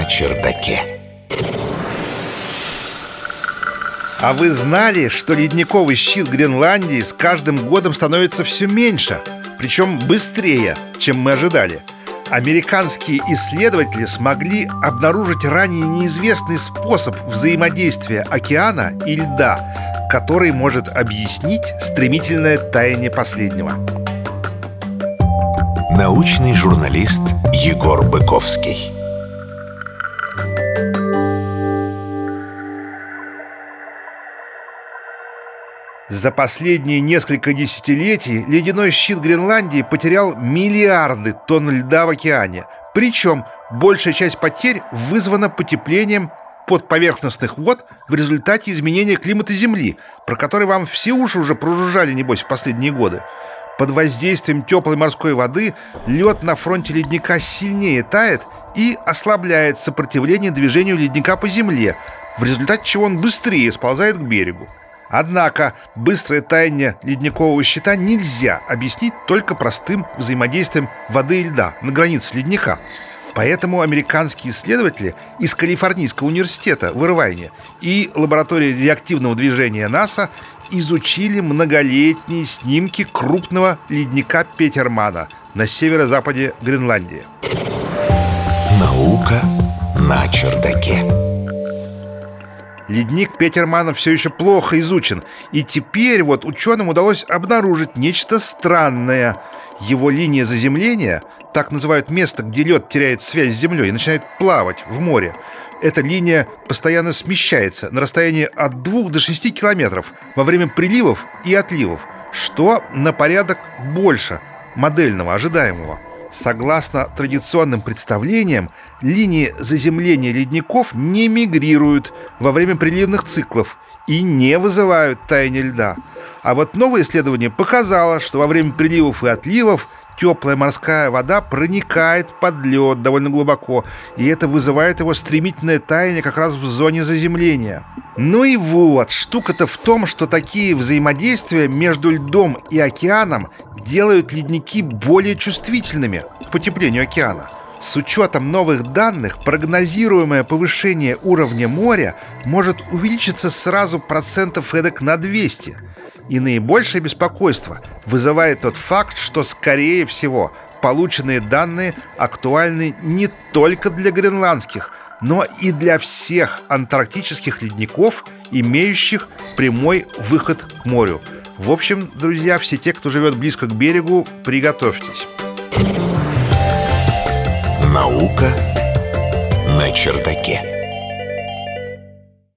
чердаке. А вы знали, что ледниковый щит Гренландии с каждым годом становится все меньше, причем быстрее, чем мы ожидали? Американские исследователи смогли обнаружить ранее неизвестный способ взаимодействия океана и льда, который может объяснить стремительное таяние последнего. Научный журналист Егор Быковский. За последние несколько десятилетий ледяной щит Гренландии потерял миллиарды тонн льда в океане. Причем большая часть потерь вызвана потеплением подповерхностных вод в результате изменения климата Земли, про который вам все уши уже прожужжали, небось, в последние годы. Под воздействием теплой морской воды лед на фронте ледника сильнее тает и ослабляет сопротивление движению ледника по земле, в результате чего он быстрее сползает к берегу. Однако быстрое таяние ледникового щита нельзя объяснить только простым взаимодействием воды и льда на границе ледника. Поэтому американские исследователи из Калифорнийского университета в Ирвайне и лаборатории реактивного движения НАСА изучили многолетние снимки крупного ледника Петермана на северо-западе Гренландии. Наука на чердаке. Ледник Петермана все еще плохо изучен, и теперь вот ученым удалось обнаружить нечто странное. Его линия заземления, так называют место, где лед теряет связь с землей и начинает плавать в море, эта линия постоянно смещается на расстоянии от 2 до 6 километров во время приливов и отливов, что на порядок больше модельного, ожидаемого. Согласно традиционным представлениям, линии заземления ледников не мигрируют во время приливных циклов и не вызывают таяние льда. А вот новое исследование показало, что во время приливов и отливов теплая морская вода проникает под лед довольно глубоко, и это вызывает его стремительное таяние как раз в зоне заземления. Ну и вот, штука-то в том, что такие взаимодействия между льдом и океаном делают ледники более чувствительными к потеплению океана. С учетом новых данных, прогнозируемое повышение уровня моря может увеличиться сразу процентов эдак на 200. И наибольшее беспокойство вызывает тот факт, что, скорее всего, полученные данные актуальны не только для гренландских, но и для всех антарктических ледников, имеющих прямой выход к морю. В общем, друзья, все те, кто живет близко к берегу, приготовьтесь. Наука на чердаке.